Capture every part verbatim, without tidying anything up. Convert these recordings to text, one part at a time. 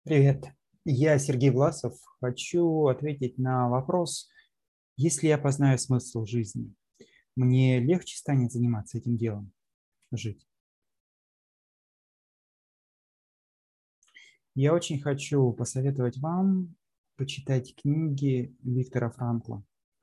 Привет, я Сергей Власов. Хочу ответить на вопрос, если я познаю смысл жизни, мне легче станет заниматься этим делом, жить? Я очень хочу посоветовать вам почитать книги Виктора Франкла.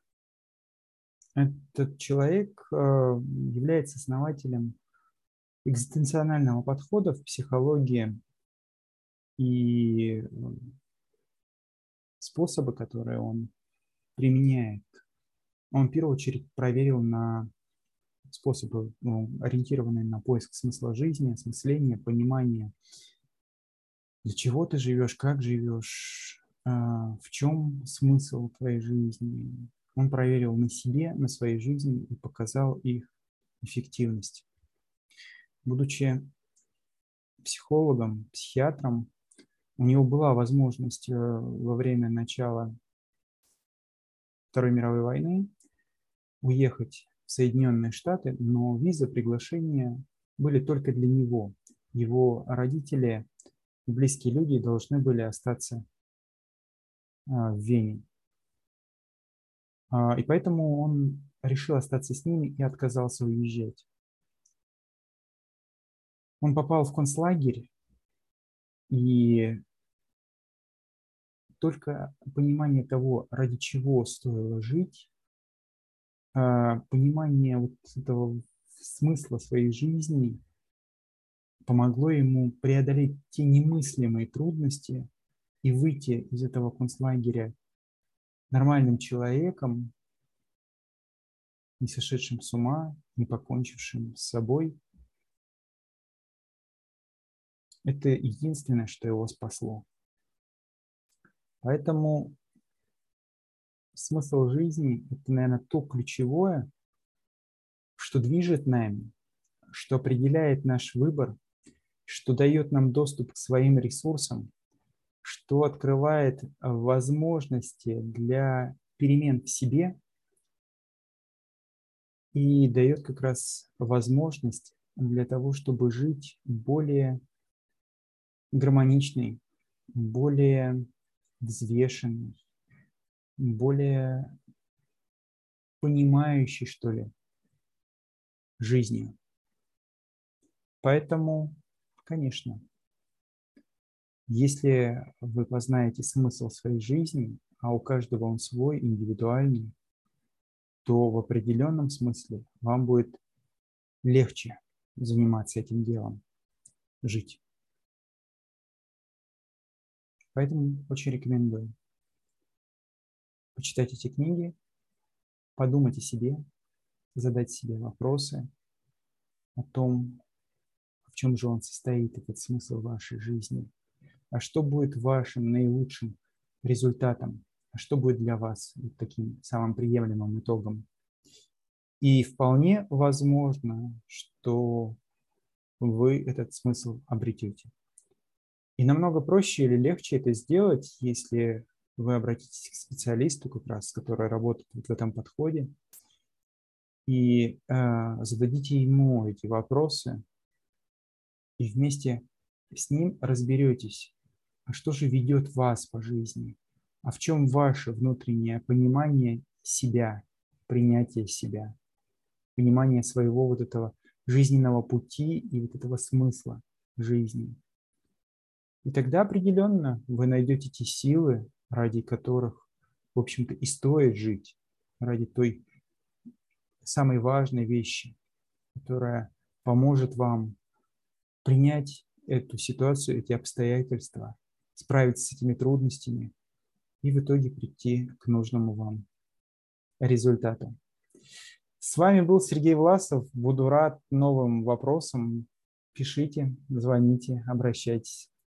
Этот человек э, является основателем экзистенционального подхода в психологии, и э, способы, которые он применяет, он в первую очередь проверил на способы, ну, ориентированные на поиск смысла жизни, осмысления, понимания, для чего ты живешь, как живешь, а, в чем смысл твоей жизни. Он проверил на себе, на своей жизни и показал их эффективность. Будучи психологом, психиатром, у него была возможность э, во время начала Второй мировой войны уехать в Соединенные Штаты, но виза, приглашения были только для него. Его родители и близкие люди должны были остаться а, в Вене. А, И поэтому он решил остаться с ними и отказался уезжать. Он попал в концлагерь, и только понимание того, ради чего стоило жить, а, понимание вот этого смысла своей жизни помогло ему преодолеть те немыслимые трудности и выйти из этого концлагеря нормальным человеком, не сошедшим с ума, не покончившим с собой. Это единственное, что его спасло. Поэтому смысл жизни – это, наверное, то ключевое, что движет нами, что определяет наш выбор, что дает нам доступ к своим ресурсам, что открывает возможности для перемен в себе и дает как раз возможность для того, чтобы жить более гармоничной, более взвешенной, более понимающей, что ли, жизнью. Поэтому, конечно, если вы познаете смысл своей жизни, а у каждого он свой, индивидуальный, то в определенном смысле вам будет легче заниматься этим делом, жить. Поэтому очень рекомендую почитать эти книги, подумать о себе, задать себе вопросы о том, в чем же он состоит, этот смысл вашей жизни, а что будет вашим наилучшим результатом, а что будет для вас таким самым приемлемым итогом. И вполне возможно, что вы этот смысл обретете. И намного проще или легче это сделать, если вы обратитесь к специалисту, как раз, который работает вот в этом подходе, и э, зададите ему эти вопросы, и вместе с ним разберетесь, а что же ведет вас по жизни, а в чем ваше внутреннее понимание себя, принятие себя, понимание своего вот этого жизненного пути и вот этого смысла жизни. И тогда определенно вы найдете те силы, ради которых, в общем-то, и стоит жить, ради той самой важной вещи, которая поможет вам принять эту ситуацию, эти обстоятельства, справиться с этими трудностями и в итоге прийти к нужному вам результату. С вами был Сергей Власов. Буду рад новым вопросам. Пишите, звоните, обращайтесь.